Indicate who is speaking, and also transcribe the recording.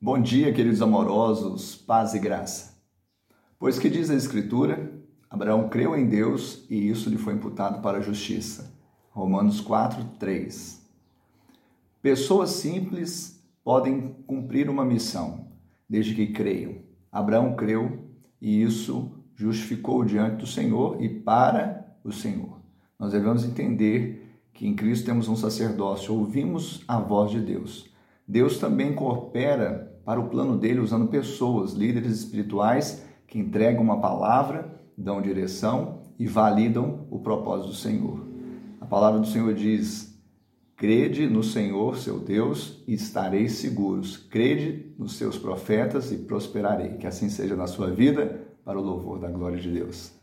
Speaker 1: Bom dia, queridos amorosos, paz e graça. Pois que diz a Escritura, Abraão creu em Deus e isso lhe foi imputado para a justiça. Romanos 4:3. Pessoas simples podem cumprir uma missão, desde que creiam. Abraão creu e isso justificou diante do Senhor e para o Senhor. Nós devemos entender que em Cristo temos um sacerdócio, ouvimos a voz de Deus. Deus também coopera para o plano dele usando pessoas, líderes espirituais que entregam uma palavra, dão direção e validam o propósito do Senhor. A palavra do Senhor diz: crede no Senhor, seu Deus, e estareis seguros. Crede nos seus profetas e prosperarei. Que assim seja na sua vida, para o louvor da glória de Deus.